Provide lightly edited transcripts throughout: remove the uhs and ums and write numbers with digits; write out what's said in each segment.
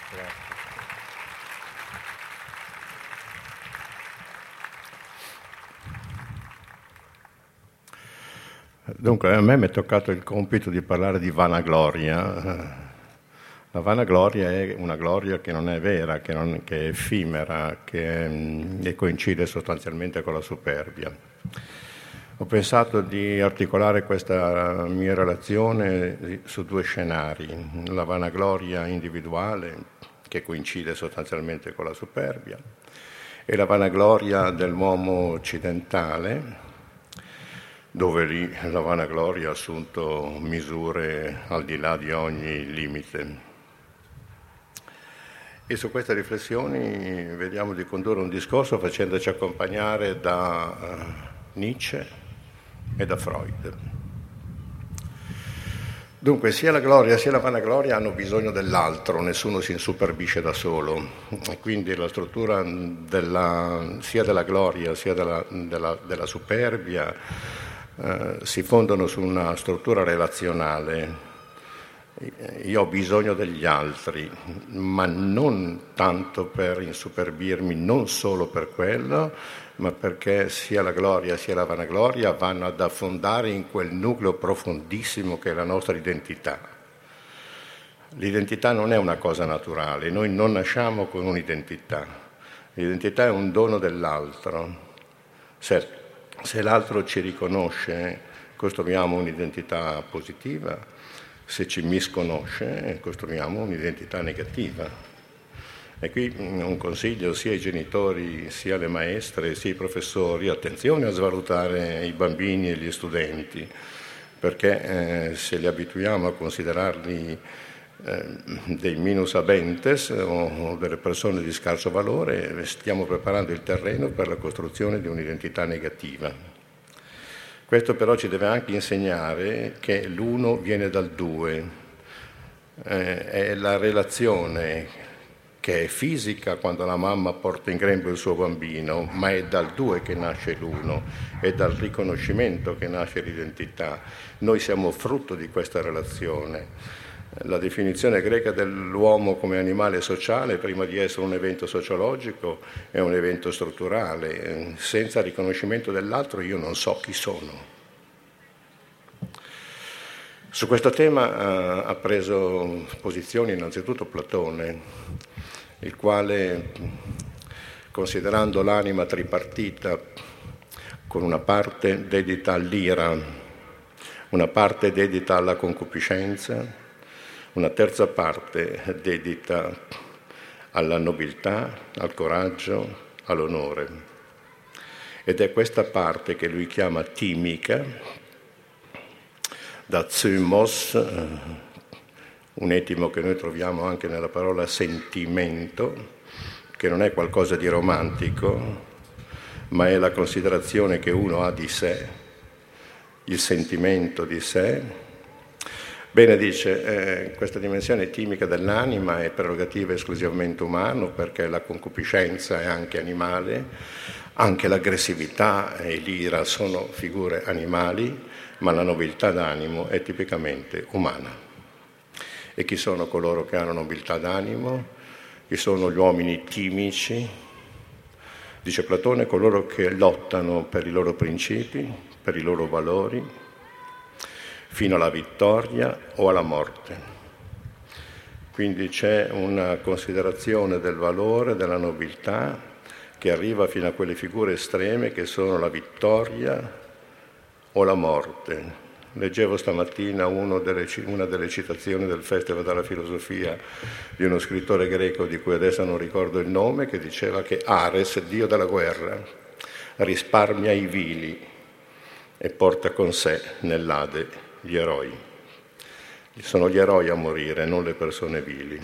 Grazie. Dunque, a me mi è toccato il compito di parlare di vanagloria. La vanagloria è una gloria che non è vera, che è effimera, che coincide sostanzialmente con la superbia. Ho pensato di articolare questa mia relazione su due scenari: la vanagloria individuale, che coincide sostanzialmente con la superbia, e la vanagloria dell'uomo occidentale, dove lì la vanagloria ha assunto misure al di là di ogni limite. E su queste riflessioni vediamo di condurre un discorso facendoci accompagnare da Nietzsche e da Freud. Dunque, sia la gloria sia la vanagloria hanno bisogno dell'altro, nessuno si insuperbisce da solo, e quindi la struttura sia della gloria sia della superbia si fondano su una struttura relazionale. Io ho bisogno degli altri, ma non tanto per insuperbirmi, non solo per quello, ma perché sia la gloria sia la vanagloria vanno ad affondare in quel nucleo profondissimo che è la nostra identità. L'identità non è una cosa naturale, noi non nasciamo con un'identità. L'identità è un dono dell'altro. Se l'altro ci riconosce, costruiamo un'identità positiva. Se ci misconosce, costruiamo un'identità negativa. E qui un consiglio sia ai genitori, sia alle maestre, sia ai professori: attenzione a svalutare i bambini e gli studenti, perché se li abituiamo a considerarli dei minus habentes o delle persone di scarso valore, stiamo preparando il terreno per la costruzione di un'identità negativa. Questo però ci deve anche insegnare che l'uno viene dal due, è la relazione che è fisica quando la mamma porta in grembo il suo bambino, ma è dal due che nasce l'uno, è dal riconoscimento che nasce l'identità. Noi siamo frutto di questa relazione. La definizione greca dell'uomo come animale sociale, prima di essere un evento sociologico, è un evento strutturale. Senza riconoscimento dell'altro io non so chi sono. Su questo tema ha preso posizione innanzitutto Platone, il quale, considerando l'anima tripartita, con una parte dedita all'ira, una parte dedita alla concupiscenza, una terza parte dedita alla nobiltà, al coraggio, all'onore. Ed è questa parte che lui chiama timica, da zymos, un etimo che noi troviamo anche nella parola sentimento, che non è qualcosa di romantico, ma è la considerazione che uno ha di sé, il sentimento di sé. Bene, dice, questa dimensione timica dell'anima è prerogativa esclusivamente umana, perché la concupiscenza è anche animale, anche l'aggressività e l'ira sono figure animali, ma la nobiltà d'animo è tipicamente umana. E chi sono coloro che hanno nobiltà d'animo? Chi sono gli uomini timici? Dice Platone, coloro che lottano per i loro principi, per i loro valori, fino alla vittoria o alla morte. Quindi c'è una considerazione del valore, della nobiltà, che arriva fino a quelle figure estreme che sono la vittoria o la morte. Leggevo stamattina una delle citazioni del Festival della Filosofia di uno scrittore greco di cui adesso non ricordo il nome, che diceva che Ares, dio della guerra, risparmia i vili e porta con sé nell'Ade gli eroi. Sono gli eroi a morire, non le persone vili.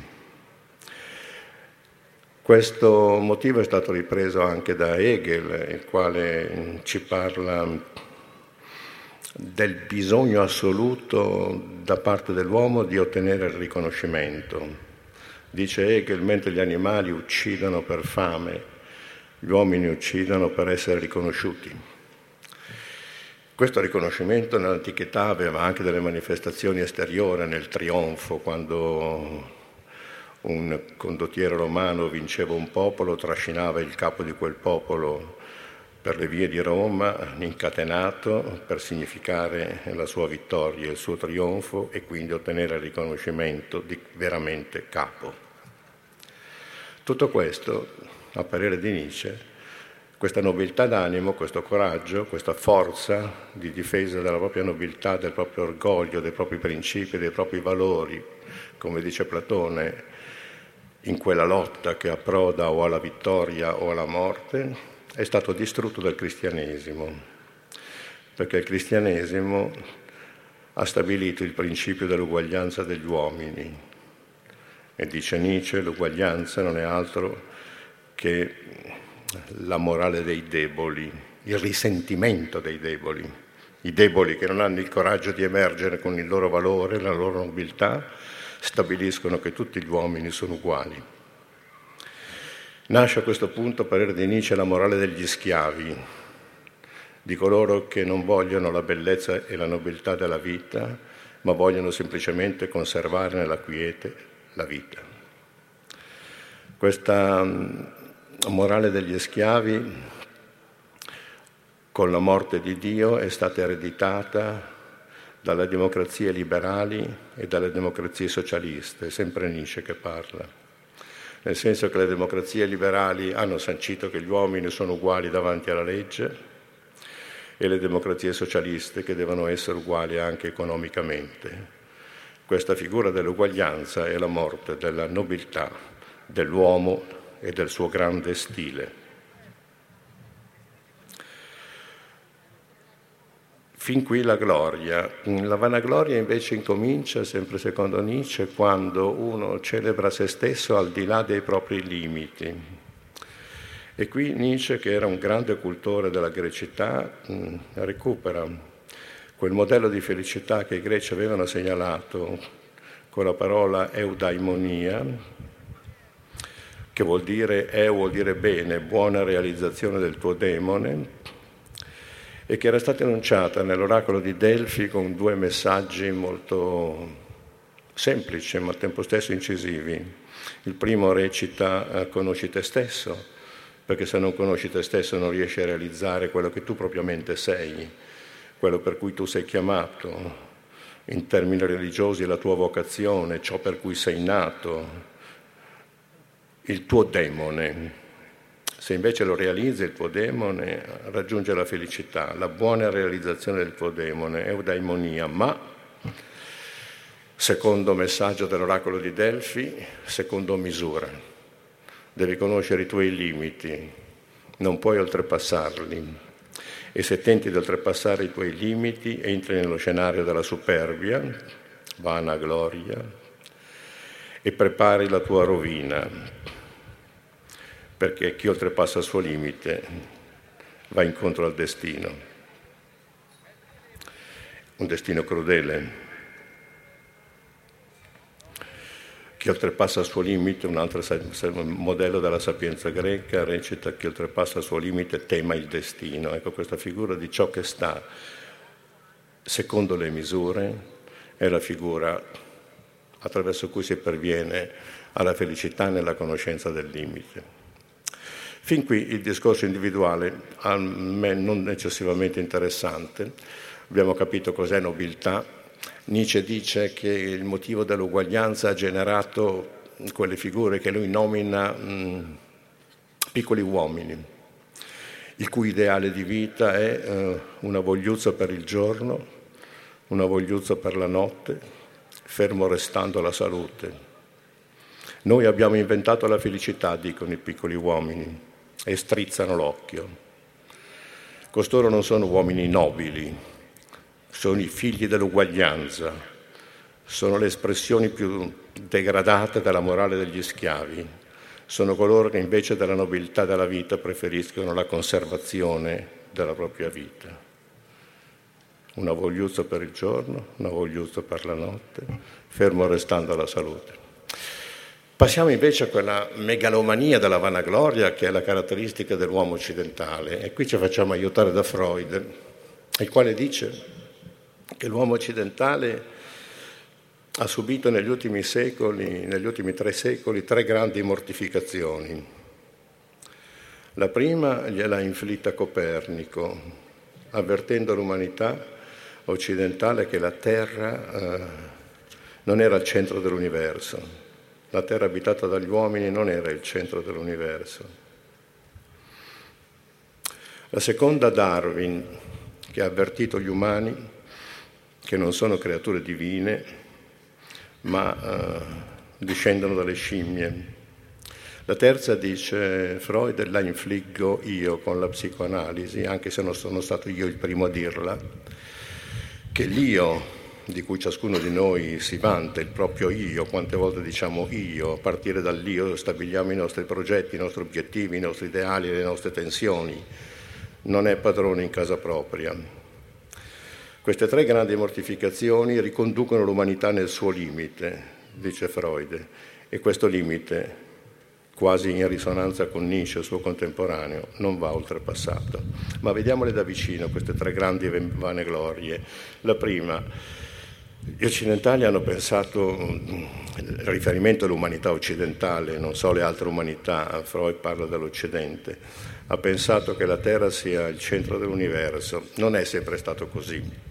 Questo motivo è stato ripreso anche da Hegel, il quale ci parla del bisogno assoluto da parte dell'uomo di ottenere il riconoscimento. Dice Hegel, mentre gli animali uccidono per fame, gli uomini uccidono per essere riconosciuti. Questo riconoscimento nell'antichità aveva anche delle manifestazioni esteriori, nel trionfo, quando un condottiero romano vinceva un popolo, trascinava il capo di quel popolo per le vie di Roma, incatenato, per significare la sua vittoria, il suo trionfo e quindi ottenere il riconoscimento di veramente capo. Tutto questo, a parere di Nietzsche, questa nobiltà d'animo, questo coraggio, questa forza di difesa della propria nobiltà, del proprio orgoglio, dei propri principi, dei propri valori, come dice Platone, in quella lotta che approda o alla vittoria o alla morte, è stato distrutto dal cristianesimo, perché il cristianesimo ha stabilito il principio dell'uguaglianza degli uomini e dice Nietzsche l'uguaglianza non è altro che la morale dei deboli, il risentimento dei deboli, i deboli che non hanno il coraggio di emergere con il loro valore, la loro nobiltà, stabiliscono che tutti gli uomini sono uguali. Nasce a questo punto, a parere di Nietzsche, la morale degli schiavi, di coloro che non vogliono la bellezza e la nobiltà della vita, ma vogliono semplicemente conservare nella quiete la vita. Questa morale degli schiavi, con la morte di Dio, è stata ereditata dalle democrazie liberali e dalle democrazie socialiste, è sempre Nietzsche che parla. Nel senso che le democrazie liberali hanno sancito che gli uomini sono uguali davanti alla legge e le democrazie socialiste che devono essere uguali anche economicamente. Questa figura dell'uguaglianza è la morte della nobiltà dell'uomo e del suo grande stile. Fin qui la gloria. La vanagloria invece incomincia, sempre secondo Nietzsche, quando uno celebra se stesso al di là dei propri limiti. E qui Nietzsche, che era un grande cultore della grecità, recupera quel modello di felicità che i greci avevano segnalato con la parola eudaimonia, che vuol dire bene, buona realizzazione del tuo demone, e che era stata enunciata nell'oracolo di Delfi con due messaggi molto semplici ma al tempo stesso incisivi. Il primo recita conosci te stesso, perché se non conosci te stesso non riesci a realizzare quello che tu propriamente sei, quello per cui tu sei chiamato, in termini religiosi la tua vocazione, ciò per cui sei nato, il tuo demone. Se invece lo realizzi, il tuo demone raggiunge la felicità, la buona realizzazione del tuo demone, eudaimonia, ma, secondo messaggio dell'oracolo di Delfi, secondo misura. Devi conoscere i tuoi limiti, non puoi oltrepassarli. E se tenti di oltrepassare i tuoi limiti, entri nello scenario della superbia, vanagloria, e prepari la tua rovina. Perché chi oltrepassa il suo limite va incontro al destino, un destino crudele. Chi oltrepassa il suo limite, un altro modello della sapienza greca, recita chi oltrepassa il suo limite tema il destino. Ecco, questa figura di ciò che sta secondo le misure è la figura attraverso cui si perviene alla felicità nella conoscenza del limite. Fin qui il discorso individuale, a me non eccessivamente interessante. Abbiamo capito cos'è nobiltà. Nietzsche dice che il motivo dell'uguaglianza ha generato quelle figure che lui nomina piccoli uomini, il cui ideale di vita è una vogliuzza per il giorno, una vogliuzza per la notte, fermo restando la salute. Noi abbiamo inventato la felicità, dicono i piccoli uomini, e strizzano l'occhio. Costoro non sono uomini nobili, sono i figli dell'uguaglianza, sono le espressioni più degradate della morale degli schiavi, sono coloro che invece della nobiltà della vita preferiscono la conservazione della propria vita. Una vogliuzza per il giorno, una vogliuzza per la notte, fermo restando la salute. Passiamo invece a quella megalomania della vanagloria che è la caratteristica dell'uomo occidentale, e qui ci facciamo aiutare da Freud, il quale dice che l'uomo occidentale ha subito negli ultimi 3 secoli, 3 grandi mortificazioni. La prima gliel'ha inflitta Copernico, avvertendo l'umanità occidentale che la Terra non era il centro dell'universo. La Terra abitata dagli uomini non era il centro dell'universo. La seconda Darwin, che ha avvertito gli umani che non sono creature divine, ma discendono dalle scimmie. La terza, dice Freud, la infliggo io con la psicoanalisi, anche se non sono stato io il primo a dirla, che l'io di cui ciascuno di noi si vanta, il proprio io, quante volte diciamo io, a partire dall'io stabiliamo i nostri progetti, i nostri obiettivi, i nostri ideali, le nostre tensioni, non è padrone in casa propria. Queste 3 grandi mortificazioni riconducono l'umanità nel suo limite, dice Freud, e questo limite, quasi in risonanza con Nietzsche, il suo contemporaneo, non va oltrepassato. Ma vediamole da vicino, queste 3 grandi vanaglorie. La prima, gli occidentali hanno pensato, il riferimento all'umanità occidentale, non so le altre umanità, Freud parla dell'Occidente, ha pensato che la Terra sia il centro dell'universo. Non è sempre stato così.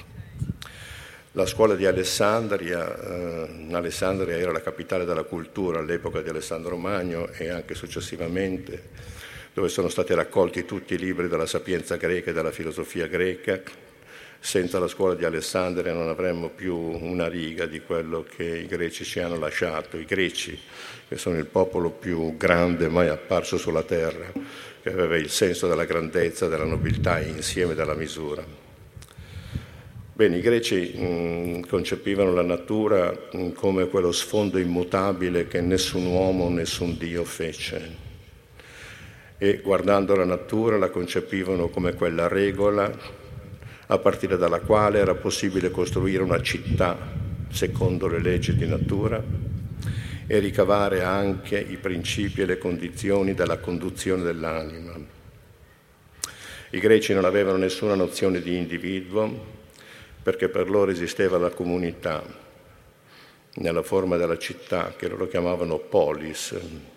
La scuola di Alessandria era la capitale della cultura all'epoca di Alessandro Magno e anche successivamente, dove sono stati raccolti tutti i libri della sapienza greca e della filosofia greca. Senza la scuola di Alessandria non avremmo più una riga di quello che i greci ci hanno lasciato. I greci, che sono il popolo più grande mai apparso sulla terra, che aveva il senso della grandezza, della nobiltà e insieme della misura. Bene, i greci concepivano la natura come quello sfondo immutabile che nessun uomo, nessun Dio fece. E guardando la natura la concepivano come quella regola a partire dalla quale era possibile costruire una città secondo le leggi di natura e ricavare anche i principi e le condizioni della conduzione dell'anima. I greci non avevano nessuna nozione di individuo, perché per loro esisteva la comunità nella forma della città, che loro chiamavano polis.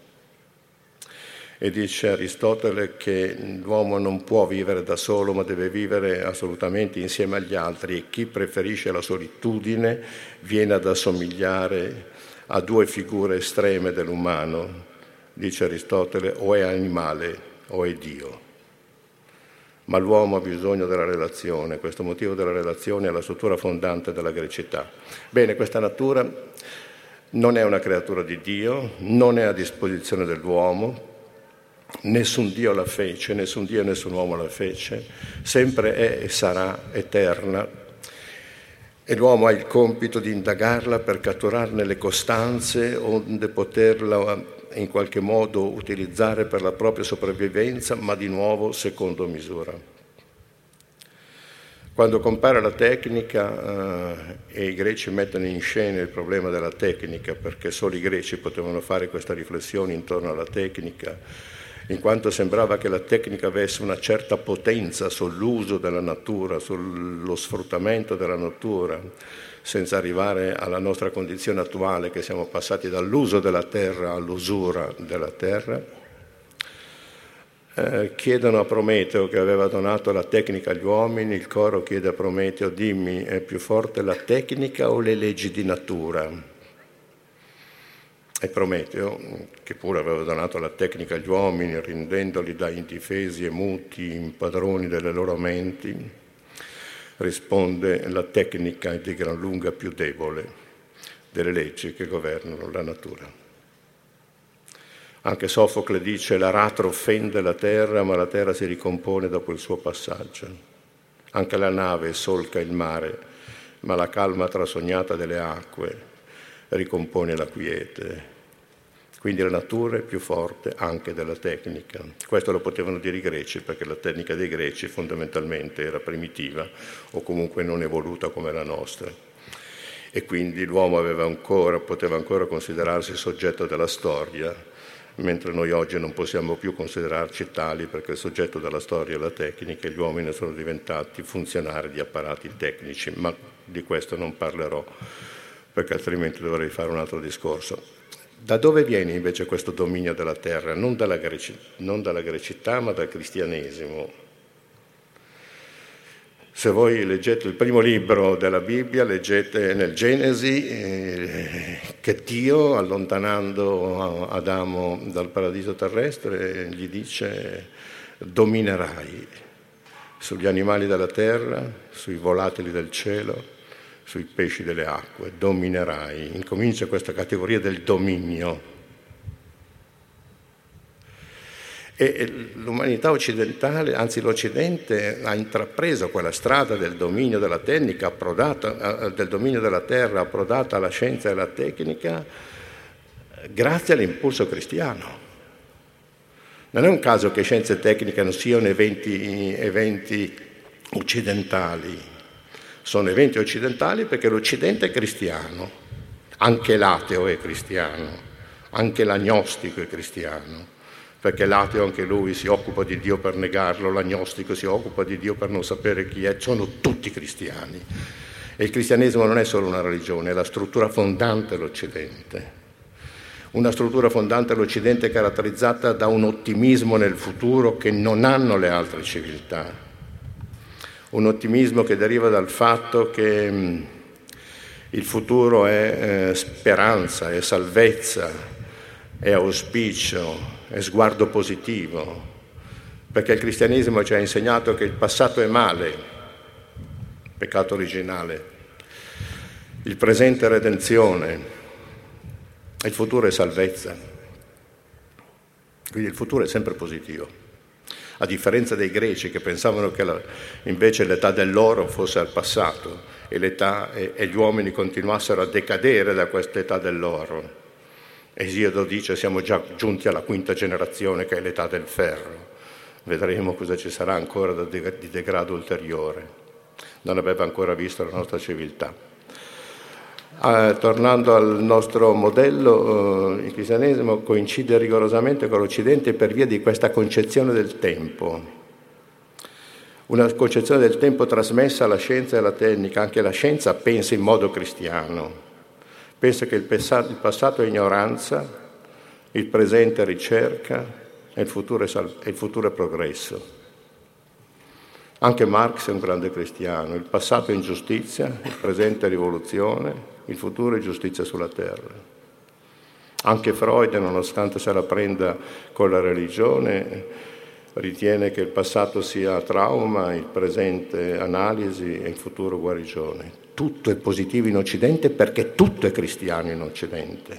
E dice Aristotele che l'uomo non può vivere da solo, ma deve vivere assolutamente insieme agli altri, e chi preferisce la solitudine viene ad assomigliare a 2 figure estreme dell'umano. Dice Aristotele, o è animale o è Dio. Ma l'uomo ha bisogno della relazione, questo motivo della relazione è la struttura fondante della grecità. Bene, questa natura non è una creatura di Dio, non è a disposizione dell'uomo, nessun Dio la fece, nessun Dio e nessun uomo la fece, sempre è e sarà eterna e l'uomo ha il compito di indagarla per catturarne le costanze onde poterla in qualche modo utilizzare per la propria sopravvivenza, ma di nuovo secondo misura. Quando compare la tecnica e i greci mettono in scena il problema della tecnica, perché solo i greci potevano fare questa riflessione intorno alla tecnica, in quanto sembrava che la tecnica avesse una certa potenza sull'uso della natura, sullo sfruttamento della natura, senza arrivare alla nostra condizione attuale, che siamo passati dall'uso della terra all'usura della terra. Chiedono a Prometeo, che aveva donato la tecnica agli uomini, il coro chiede a Prometeo: dimmi, è più forte la tecnica o le leggi di natura? E Prometeo, che pure aveva donato la tecnica agli uomini, rendendoli da indifesi e muti padroni delle loro menti, risponde: la tecnica è di gran lunga più debole delle leggi che governano la natura. Anche Sofocle dice: l'aratro fende la terra, ma la terra si ricompone dopo il suo passaggio. Anche la nave solca il mare, ma la calma trasognata delle acque ricompone la quiete. Quindi la natura è più forte anche della tecnica. Questo lo potevano dire i greci, perché la tecnica dei greci fondamentalmente era primitiva o comunque non evoluta come la nostra. E quindi l'uomo poteva ancora considerarsi soggetto della storia, mentre noi oggi non possiamo più considerarci tali, perché il soggetto della storia è la tecnica e gli uomini sono diventati funzionari di apparati tecnici, ma di questo non parlerò perché altrimenti dovrei fare un altro discorso. Da dove viene invece questo dominio della terra? Non dalla grecità, ma dal cristianesimo. Se voi leggete il primo libro della Bibbia, leggete nel Genesi che Dio, allontanando Adamo dal paradiso terrestre, gli dice: dominerai sugli animali della terra, sui volatili del cielo, sui pesci delle acque, dominerai. Incomincia questa categoria del dominio. E l'umanità occidentale, anzi l'Occidente, ha intrapreso quella strada del dominio della tecnica, del dominio della terra, approdata alla scienza e alla tecnica, grazie all'impulso cristiano. Non è un caso che scienza e tecnica non siano eventi occidentali, sono eventi occidentali perché l'Occidente è cristiano, anche l'ateo è cristiano, anche l'agnostico è cristiano. Perché l'ateo anche lui si occupa di Dio per negarlo, l'agnostico si occupa di Dio per non sapere chi è, sono tutti cristiani. E il cristianesimo non è solo una religione, è la struttura fondante dell'Occidente. Una struttura fondante dell'Occidente caratterizzata da un ottimismo nel futuro che non hanno le altre civiltà. Un ottimismo che deriva dal fatto che il futuro è speranza, è salvezza, è auspicio, è sguardo positivo, perché il cristianesimo ci ha insegnato che il passato è male, peccato originale, il presente è redenzione, il futuro è salvezza. Quindi il futuro è sempre positivo, a differenza dei greci che pensavano che invece l'età dell'oro fosse al passato e gli uomini continuassero a decadere da questa età dell'oro. Esiodo dice: siamo già giunti alla quinta generazione, che è l'età del ferro. Vedremo cosa ci sarà ancora di degrado ulteriore. Non aveva ancora visto la nostra civiltà. Tornando al nostro modello, il cristianesimo coincide rigorosamente con l'Occidente per via di questa concezione del tempo. Una concezione del tempo trasmessa alla scienza e alla tecnica. Anche la scienza pensa in modo cristiano. Pensa che il passato è ignoranza, il presente è ricerca e il futuro è progresso. Anche Marx è un grande cristiano. Il passato è ingiustizia, il presente è rivoluzione, il futuro è giustizia sulla terra. Anche Freud, nonostante se la prenda con la religione, ritiene che il passato sia trauma, il presente analisi e il futuro guarigione. Tutto è positivo in Occidente perché tutto è cristiano in Occidente.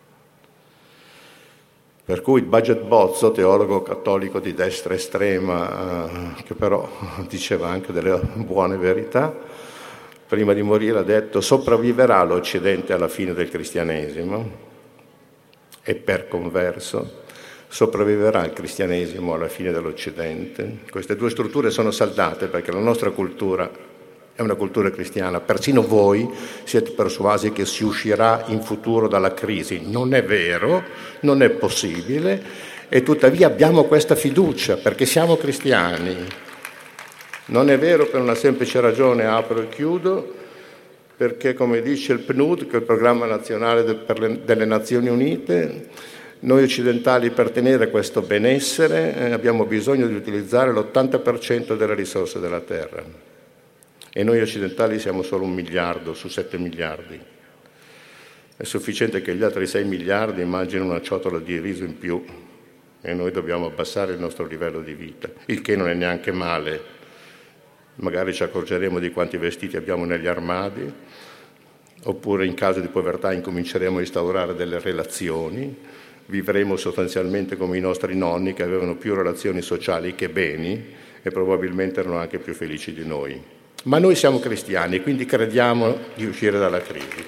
Per cui Baget Bozzo, teologo cattolico di destra estrema, che però diceva anche delle buone verità, prima di morire ha detto: sopravviverà l'Occidente alla fine del cristianesimo, e per converso sopravviverà il cristianesimo alla fine dell'Occidente. Queste due strutture sono saldate perché la nostra cultura è una cultura cristiana. Persino voi siete persuasi che si uscirà in futuro dalla crisi. Non è vero, non è possibile, e tuttavia abbiamo questa fiducia perché siamo cristiani. Non è vero per una semplice ragione, apro e chiudo, perché come dice il PNUD, che è il Programma Nazionale delle Nazioni Unite, noi occidentali per tenere questo benessere abbiamo bisogno di utilizzare l'80% delle risorse della terra. E noi occidentali siamo solo 1 miliardo su 7 miliardi. È sufficiente che gli altri 6 miliardi immagino una ciotola di riso in più e noi dobbiamo abbassare il nostro livello di vita, il che non è neanche male. Magari ci accorgeremo di quanti vestiti abbiamo negli armadi, oppure in caso di povertà incominceremo a instaurare delle relazioni, vivremo sostanzialmente come i nostri nonni che avevano più relazioni sociali che beni e probabilmente erano anche più felici di noi. Ma noi siamo cristiani, quindi crediamo di uscire dalla crisi.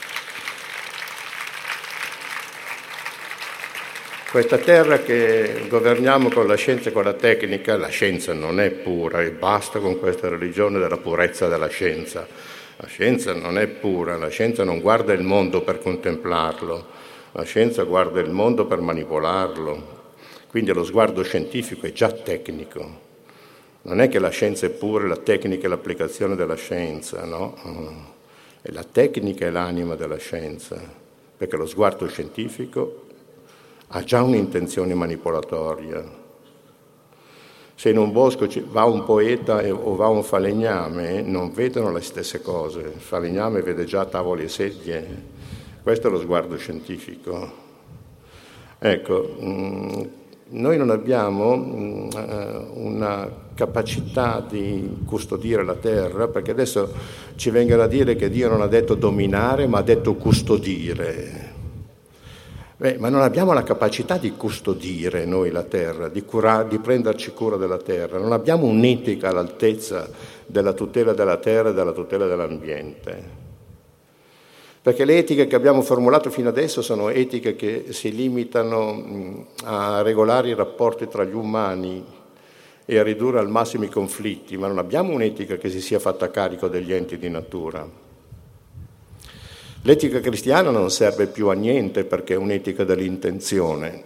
Questa terra che governiamo con la scienza e con la tecnica, la scienza non è pura, e basta con questa religione della purezza della scienza. La scienza non è pura, la scienza non guarda il mondo per contemplarlo, la scienza guarda il mondo per manipolarlo. Quindi lo sguardo scientifico è già tecnico. Non è che la scienza è pura, la tecnica è l'applicazione della scienza, no? E la tecnica è l'anima della scienza, perché lo sguardo scientifico ha già un'intenzione manipolatoria. Se in un bosco va un poeta o va un falegname, non vedono le stesse cose. Il falegname vede già tavoli e sedie. Questo è lo sguardo scientifico. Ecco, noi non abbiamo una capacità di custodire la terra, perché adesso ci vengono a dire che Dio non ha detto dominare, ma ha detto custodire. Ma non abbiamo la capacità di custodire noi la terra, di prenderci cura della terra, non abbiamo un'etica all'altezza della tutela della terra e della tutela dell'ambiente. Perché le etiche che abbiamo formulato fino adesso sono etiche che si limitano a regolare i rapporti tra gli umani e a ridurre al massimo i conflitti, ma non abbiamo un'etica che si sia fatta carico degli enti di natura. L'etica cristiana non serve più a niente perché è un'etica dell'intenzione.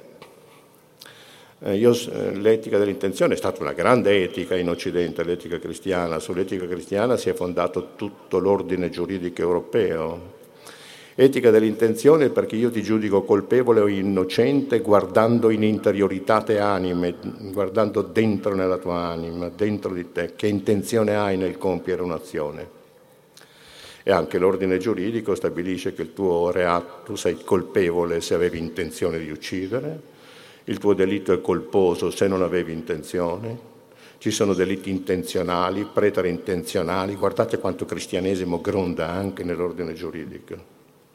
L'etica dell'intenzione è stata una grande etica in Occidente, l'etica cristiana. Sull'etica cristiana si è fondato tutto l'ordine giuridico europeo. Etica dell'intenzione perché io ti giudico colpevole o innocente guardando in interiorità te anime, guardando dentro nella tua anima, dentro di te, che intenzione hai nel compiere un'azione. E anche l'ordine giuridico stabilisce che il tuo reato, tu sei colpevole se avevi intenzione di uccidere, il tuo delitto è colposo se non avevi intenzione, ci sono delitti intenzionali, preterintenzionali, guardate quanto cristianesimo gronda anche nell'ordine giuridico.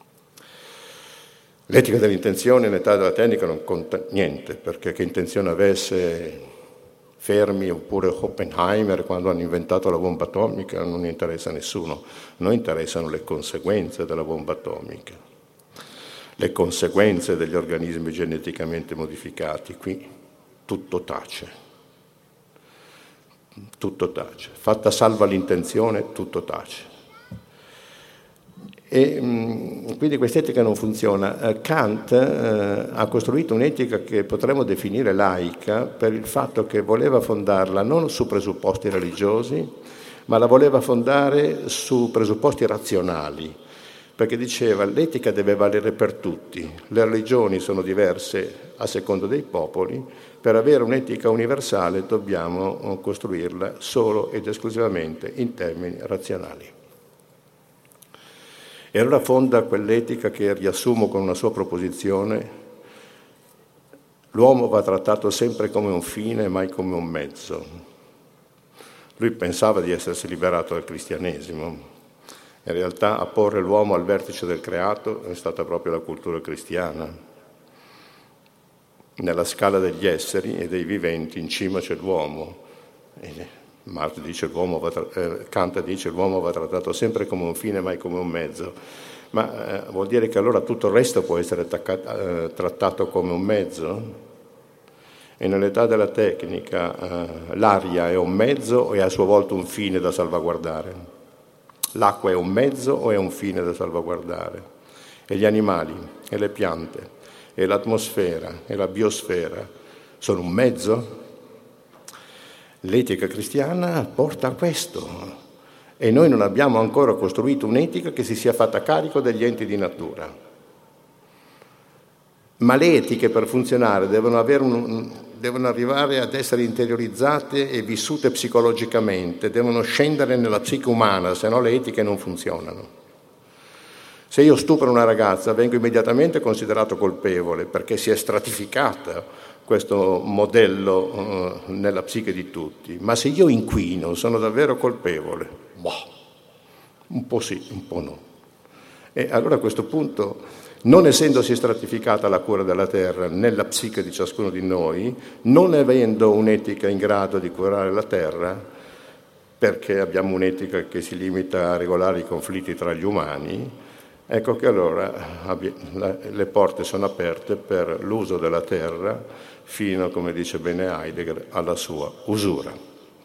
L'etica dell'intenzione in età della tecnica non conta niente, perché che intenzione avesse Fermi oppure Oppenheimer quando hanno inventato la bomba atomica non interessa a nessuno, noi interessano le conseguenze della bomba atomica, le conseguenze degli organismi geneticamente modificati. Qui tutto tace, fatta salva l'intenzione, tutto tace. E quindi quest'etica non funziona. Kant ha costruito un'etica che potremmo definire laica per il fatto che voleva fondarla non su presupposti religiosi, ma la voleva fondare su presupposti razionali, perché diceva l'etica deve valere per tutti, le religioni sono diverse a seconda dei popoli, per avere un'etica universale dobbiamo costruirla solo ed esclusivamente in termini razionali. E allora fonda quell'etica che riassumo con una sua proposizione: l'uomo va trattato sempre come un fine, mai come un mezzo. Lui pensava di essersi liberato dal cristianesimo. In realtà a porre l'uomo al vertice del creato è stata proprio la cultura cristiana. Nella scala degli esseri e dei viventi in cima c'è l'uomo. Kant dice l'uomo va trattato sempre come un fine, mai come un mezzo, ma vuol dire che allora tutto il resto può essere trattato come un mezzo? E nell'età della tecnica l'aria è un mezzo o è a sua volta un fine da salvaguardare? L'acqua è un mezzo o è un fine da salvaguardare? E gli animali, e le piante, e l'atmosfera, e la biosfera sono un mezzo? L'etica cristiana porta a questo e noi non abbiamo ancora costruito un'etica che si sia fatta carico degli enti di natura. Ma le etiche per funzionare devono arrivare ad essere interiorizzate e vissute psicologicamente, devono scendere nella psiche umana, se no le etiche non funzionano. Se io stupro una ragazza vengo immediatamente considerato colpevole perché si è stratificata questo modello nella psiche di tutti, ma se io inquino sono davvero colpevole? Un po' sì, un po' no. E allora a questo punto, non essendosi stratificata la cura della terra nella psiche di ciascuno di noi, non avendo un'etica in grado di curare la terra, perché abbiamo un'etica che si limita a regolare i conflitti tra gli umani, ecco che allora le porte sono aperte per l'uso della terra fino, come dice bene Heidegger, alla sua usura.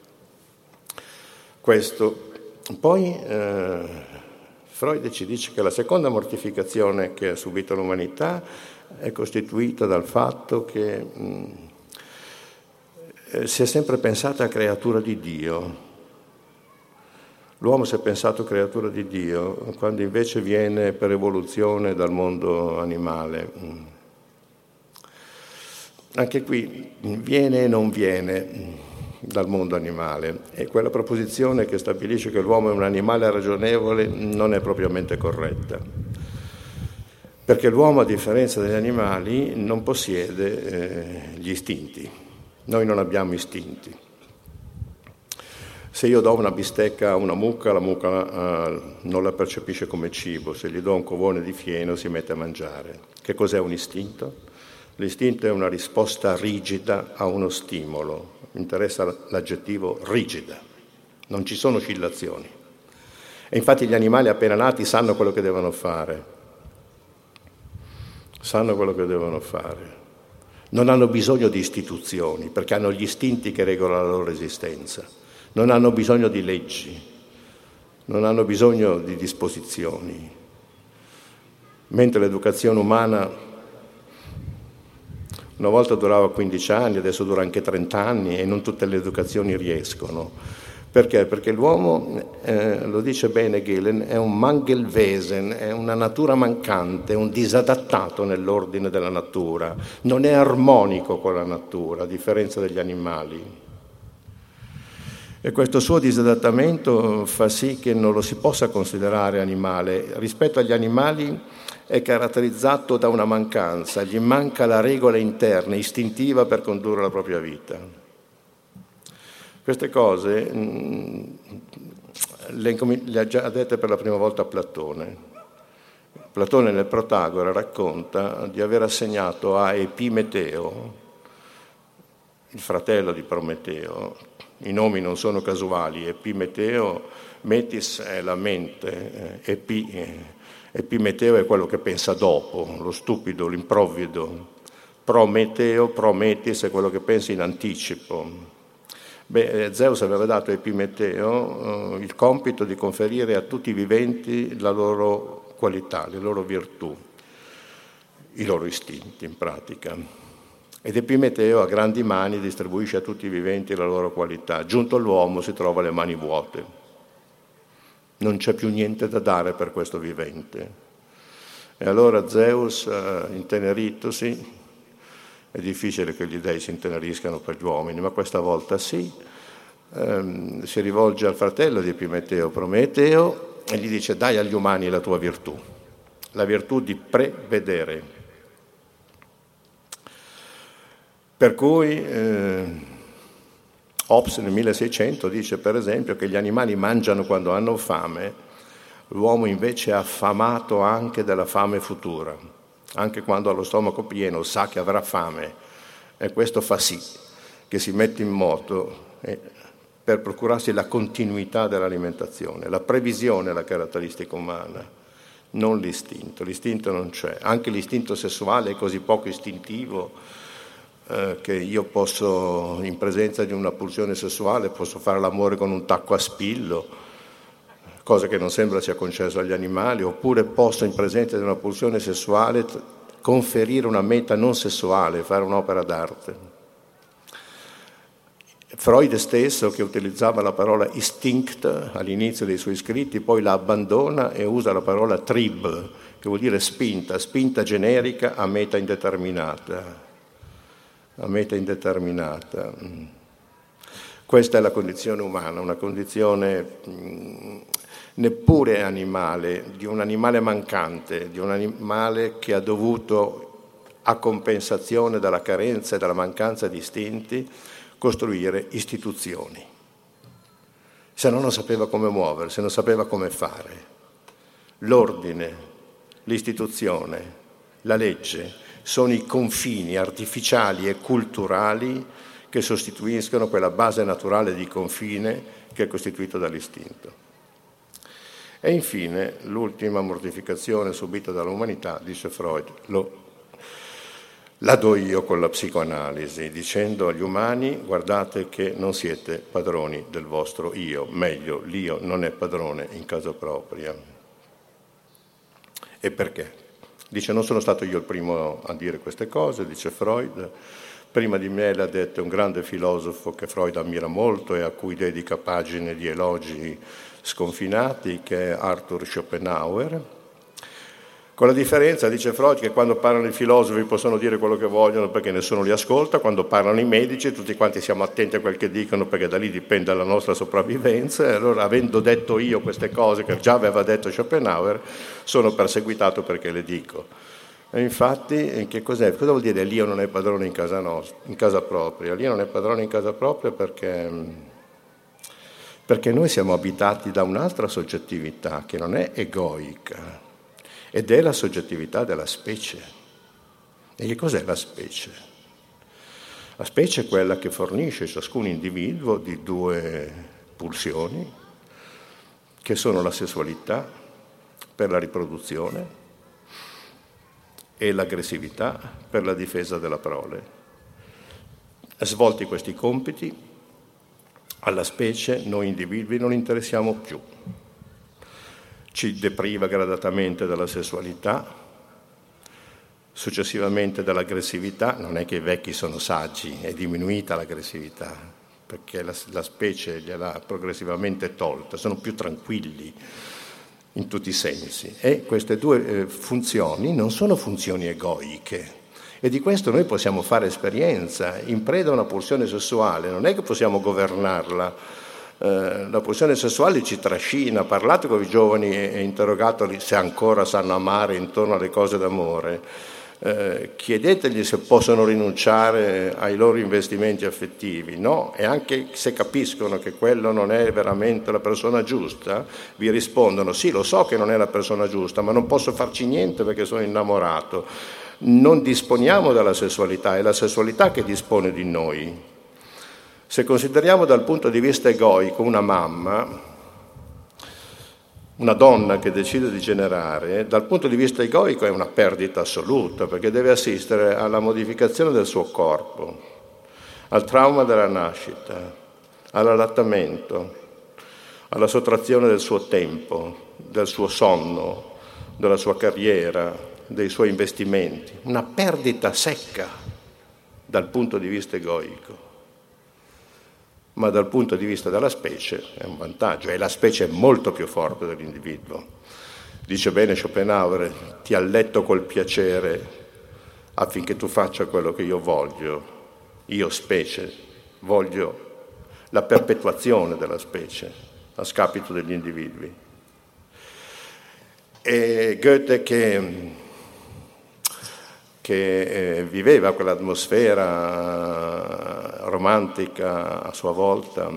Questo. Poi Freud ci dice che la seconda mortificazione che ha subito l'umanità è costituita dal fatto che si è sempre pensata creatura di Dio. L'uomo si è pensato creatura di Dio, quando invece viene per evoluzione dal mondo animale. Anche qui viene e non viene dal mondo animale, e quella proposizione che stabilisce che l'uomo è un animale ragionevole non è propriamente corretta, perché l'uomo, a differenza degli animali, non possiede gli istinti. Noi non abbiamo istinti. Se io do una bistecca a una mucca, la mucca non la percepisce come cibo. Se gli do un covone di fieno si mette a mangiare. Che cos'è un istinto? L'istinto è una risposta rigida a uno stimolo. Mi interessa l'aggettivo rigida. Non ci sono oscillazioni. E infatti gli animali appena nati sanno quello che devono fare. Sanno quello che devono fare. Non hanno bisogno di istituzioni, perché hanno gli istinti che regolano la loro esistenza. Non hanno bisogno di leggi, non hanno bisogno di disposizioni. Mentre l'educazione umana una volta durava 15 anni, adesso dura anche 30 anni e non tutte le educazioni riescono. Perché? Perché l'uomo, lo dice bene Gehlen, è un Mangelwesen, è una natura mancante, un disadattato nell'ordine della natura, non è armonico con la natura, a differenza degli animali. E questo suo disadattamento fa sì che non lo si possa considerare animale. Rispetto agli animali è caratterizzato da una mancanza, gli manca la regola interna, istintiva per condurre la propria vita. Queste cose le ha già dette per la prima volta Platone. Platone nel Protagora racconta di aver assegnato a Epimeteo, il fratello di Prometeo, i nomi non sono casuali, Epimeteo, metis è la mente, Epimeteo è quello che pensa dopo, lo stupido, l'improvvido, Prometeo, Prometis è quello che pensa in anticipo. Zeus aveva dato a Epimeteo il compito di conferire a tutti i viventi la loro qualità, le loro virtù, i loro istinti in pratica. Ed Epimeteo a grandi mani distribuisce a tutti i viventi la loro qualità. Giunto all'uomo si trova le mani vuote. Non c'è più niente da dare per questo vivente. E allora Zeus, inteneritosi, è difficile che gli dei si inteneriscano per gli uomini, ma questa volta sì, si rivolge al fratello di Epimeteo, Prometeo, e gli dice: dai agli umani la tua virtù, la virtù di prevedere. Per cui Hobbes nel 1600 dice per esempio che gli animali mangiano quando hanno fame, l'uomo invece è affamato anche della fame futura, anche quando ha lo stomaco pieno sa che avrà fame, e questo fa sì che si mette in moto per procurarsi la continuità dell'alimentazione. La previsione è la caratteristica umana, non l'istinto. L'istinto non c'è, anche l'istinto sessuale è così poco istintivo che io posso, in presenza di una pulsione sessuale, posso fare l'amore con un tacco a spillo, cosa che non sembra sia concesso agli animali, oppure posso, in presenza di una pulsione sessuale, conferire una meta non sessuale, fare un'opera d'arte. Freud stesso, che utilizzava la parola instinct all'inizio dei suoi scritti, poi la abbandona e usa la parola trieb, che vuol dire spinta, spinta generica a meta indeterminata. A meta indeterminata. Questa è la condizione umana, una condizione neppure animale, di un animale mancante, di un animale che ha dovuto, a compensazione della carenza e della mancanza di istinti, costruire istituzioni. Se no non sapeva come muoversi, non sapeva come fare. L'ordine, l'istituzione, la legge sono i confini artificiali e culturali che sostituiscono quella base naturale di confine che è costituito dall'istinto. E infine l'ultima mortificazione subita dall'umanità, dice Freud, la do io con la psicoanalisi, dicendo agli umani: guardate che non siete padroni del vostro io, meglio, l'io non è padrone in casa propria. E perché? Dice: non sono stato io il primo a dire queste cose, dice Freud, Prima di me l'ha detto un grande filosofo che Freud ammira molto e a cui dedica pagine di elogi sconfinati, che è Arthur Schopenhauer. Con la differenza, dice Freud, che quando parlano i filosofi possono dire quello che vogliono perché nessuno li ascolta, quando parlano i medici tutti quanti siamo attenti a quel che dicono perché da lì dipende la nostra sopravvivenza, e allora, avendo detto io queste cose che già aveva detto Schopenhauer, sono perseguitato perché le dico. E infatti, che cos'è? Cosa vuol dire l'io non è padrone in casa propria? L'io non è padrone in casa propria perché noi siamo abitati da un'altra soggettività che non è egoica, ed è la soggettività della specie. E che cos'è la specie? La specie è quella che fornisce ciascun individuo di due pulsioni, che sono la sessualità per la riproduzione e l'aggressività per la difesa della prole. Svolti questi compiti, alla specie noi individui non interessiamo più. Ci depriva gradatamente dalla sessualità, successivamente dall'aggressività. Non è che i vecchi sono saggi, è diminuita l'aggressività, perché la specie gliel'ha progressivamente tolta, sono più tranquilli in tutti i sensi. E queste due funzioni non sono funzioni egoiche, e di questo noi possiamo fare esperienza. In preda a una pulsione sessuale non è che possiamo governarla. La pulsione sessuale ci trascina. Parlate con i giovani e interrogateli se ancora sanno amare intorno alle cose d'amore. Chiedetegli se possono rinunciare ai loro investimenti affettivi, no? E anche se capiscono che quello non è veramente la persona giusta, vi rispondono: sì, lo so che non è la persona giusta, ma non posso farci niente perché sono innamorato. Non disponiamo della sessualità, è la sessualità che dispone di noi. Se consideriamo dal punto di vista egoico una mamma, una donna che decide di generare, dal punto di vista egoico è una perdita assoluta, perché deve assistere alla modificazione del suo corpo, al trauma della nascita, all'allattamento, alla sottrazione del suo tempo, del suo sonno, della sua carriera, dei suoi investimenti. Una perdita secca dal punto di vista egoico. Ma dal punto di vista della specie è un vantaggio, e la specie è molto più forte dell'individuo. Dice bene Schopenhauer: ti alletto col piacere affinché tu faccia quello che io voglio. Io, specie, voglio la perpetuazione della specie a scapito degli individui. E Goethe, che viveva quell'atmosfera romantica a sua volta,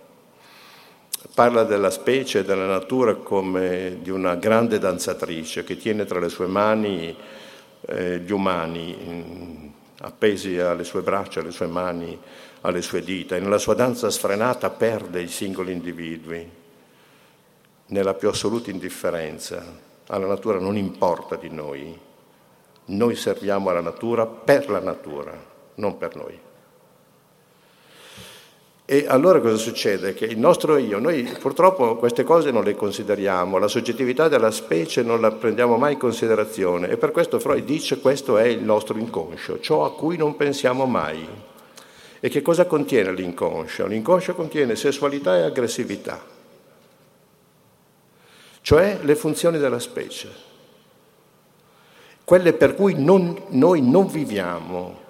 parla della specie e della natura come di una grande danzatrice che tiene tra le sue mani gli umani appesi alle sue braccia, alle sue mani, alle sue dita, e nella sua danza sfrenata perde i singoli individui nella più assoluta indifferenza. Alla natura non importa di noi. Noi serviamo alla natura per la natura, non per noi. E allora cosa succede? Che il nostro io, noi purtroppo queste cose non le consideriamo, la soggettività della specie non la prendiamo mai in considerazione, e per questo Freud dice: questo è il nostro inconscio, ciò a cui non pensiamo mai. E che cosa contiene l'inconscio? L'inconscio contiene sessualità e aggressività, cioè le funzioni della specie, quelle per cui noi non viviamo,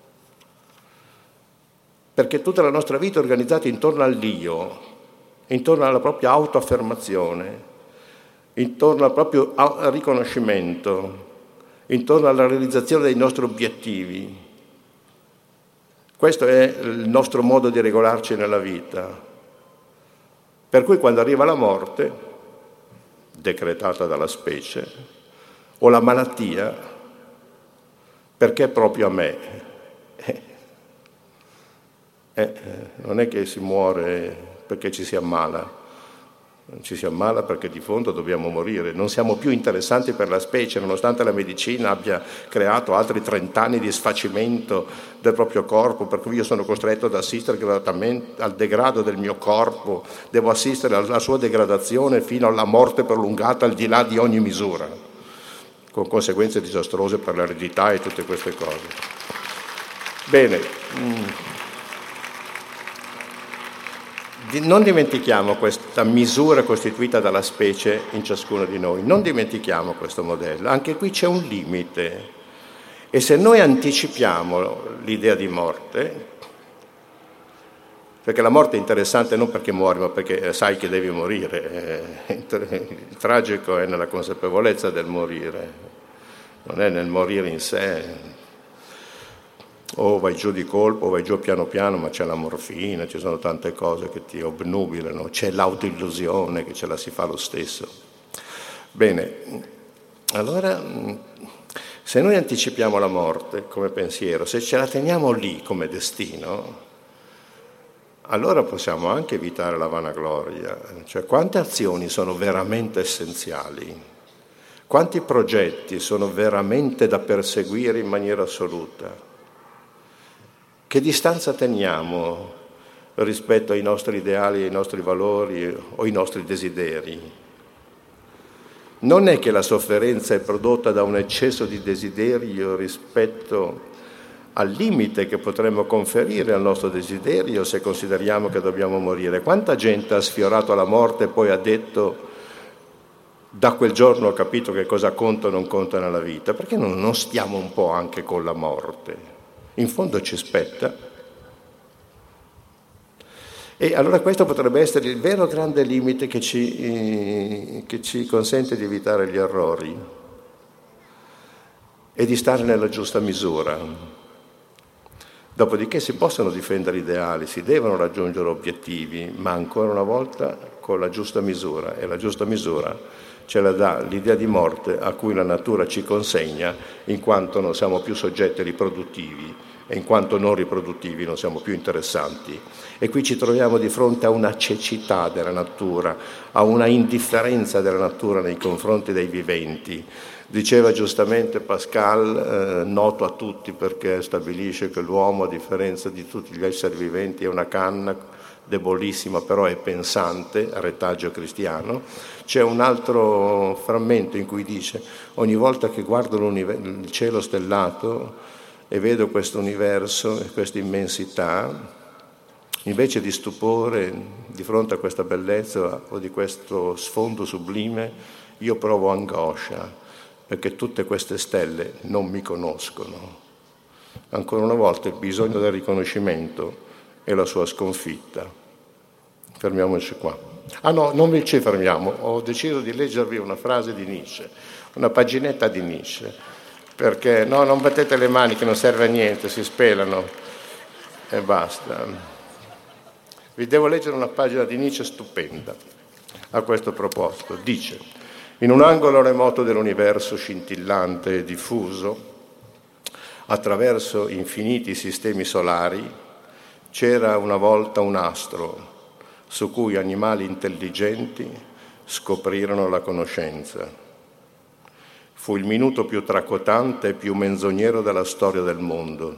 perché tutta la nostra vita è organizzata intorno all'io, intorno alla propria autoaffermazione, intorno al proprio riconoscimento, intorno alla realizzazione dei nostri obiettivi. Questo è il nostro modo di regolarci nella vita. Per cui quando arriva la morte, decretata dalla specie, o la malattia, perché proprio a me? Non è che si muore perché ci si ammala perché di fondo dobbiamo morire. Non siamo più interessanti per la specie, nonostante la medicina abbia creato altri 30 anni di sfacimento del proprio corpo, per cui io sono costretto ad assistere gradatamente al degrado del mio corpo, devo assistere alla sua degradazione fino alla morte prolungata al di là di ogni misura, con conseguenze disastrose per l'eredità e tutte queste cose. Bene, non dimentichiamo questa misura costituita dalla specie in ciascuno di noi, non dimentichiamo questo modello, anche qui c'è un limite e se noi anticipiamo l'idea di morte, perché la morte è interessante non perché muori, ma perché sai che devi morire, il tragico è nella consapevolezza del morire, non è nel morire in sé. O vai giù di colpo, o vai giù piano piano, ma c'è la morfina, ci sono tante cose che ti obnubilano, c'è l'autoillusione che ce la si fa lo stesso. Bene, allora se noi anticipiamo la morte come pensiero, se ce la teniamo lì come destino, allora possiamo anche evitare la vanagloria. Cioè, quante azioni sono veramente essenziali? Quanti progetti sono veramente da perseguire in maniera assoluta? Che distanza teniamo rispetto ai nostri ideali, ai nostri valori o ai nostri desideri? Non è che la sofferenza è prodotta da un eccesso di desiderio rispetto al limite che potremmo conferire al nostro desiderio se consideriamo che dobbiamo morire. Quanta gente ha sfiorato la morte e poi ha detto da quel giorno ho capito che cosa conta o non conta nella vita? Perché non stiamo un po' anche con la morte? In fondo ci spetta. E allora questo potrebbe essere il vero grande limite che ci consente di evitare gli errori e di stare nella giusta misura. Dopodiché si possono difendere ideali, si devono raggiungere obiettivi, ma ancora una volta con la giusta misura, e la giusta misura ce la dà l'idea di morte a cui la natura ci consegna, in quanto non siamo più soggetti riproduttivi e in quanto non riproduttivi non siamo più interessanti. E qui ci troviamo di fronte a una cecità della natura, a una indifferenza della natura nei confronti dei viventi. Diceva giustamente Pascal, noto a tutti perché stabilisce che l'uomo, a differenza di tutti gli esseri viventi, è una canna debolissima, però è pensante, retaggio cristiano. C'è un altro frammento in cui dice: ogni volta che guardo il cielo stellato e vedo questo universo e questa immensità, invece di stupore di fronte a questa bellezza o di questo sfondo sublime, io provo angoscia, perché tutte queste stelle non mi conoscono. Ancora una volta il bisogno del riconoscimento e la sua sconfitta. Fermiamoci qua. Ah no, non ci fermiamo. Ho deciso di leggervi una frase di Nietzsche, una paginetta di Nietzsche, perché no, non battete le mani che non serve a niente, si spelano e basta. Vi devo leggere una pagina di Nietzsche stupenda a questo proposito. Dice: in un angolo remoto dell'universo scintillante e diffuso, attraverso infiniti sistemi solari, c'era una volta un astro su cui animali intelligenti scoprirono la conoscenza. Fu il minuto più tracotante e più menzognero della storia del mondo,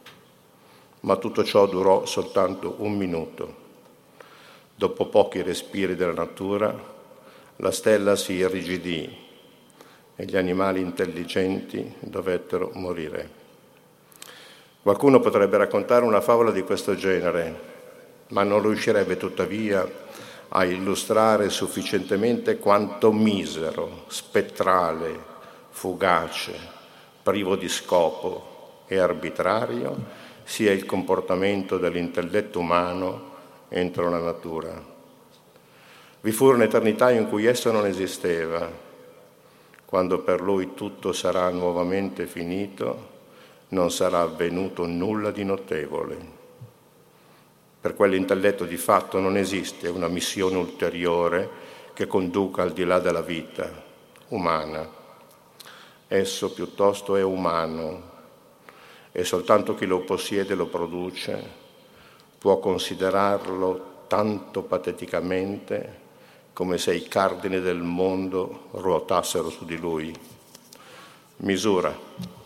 ma tutto ciò durò soltanto un minuto. Dopo pochi respiri della natura, la stella si irrigidì e gli animali intelligenti dovettero morire. Qualcuno potrebbe raccontare una favola di questo genere, ma non riuscirebbe tuttavia a illustrare sufficientemente quanto misero, spettrale, fugace, privo di scopo e arbitrario sia il comportamento dell'intelletto umano entro la natura. Vi furono eternità in cui esso non esisteva. Quando per lui tutto sarà nuovamente finito, non sarà avvenuto nulla di notevole. Per quell'intelletto di fatto non esiste una missione ulteriore che conduca al di là della vita umana. Esso piuttosto è umano e soltanto chi lo possiede e lo produce può considerarlo tanto pateticamente come se i cardini del mondo ruotassero su di lui. Misura.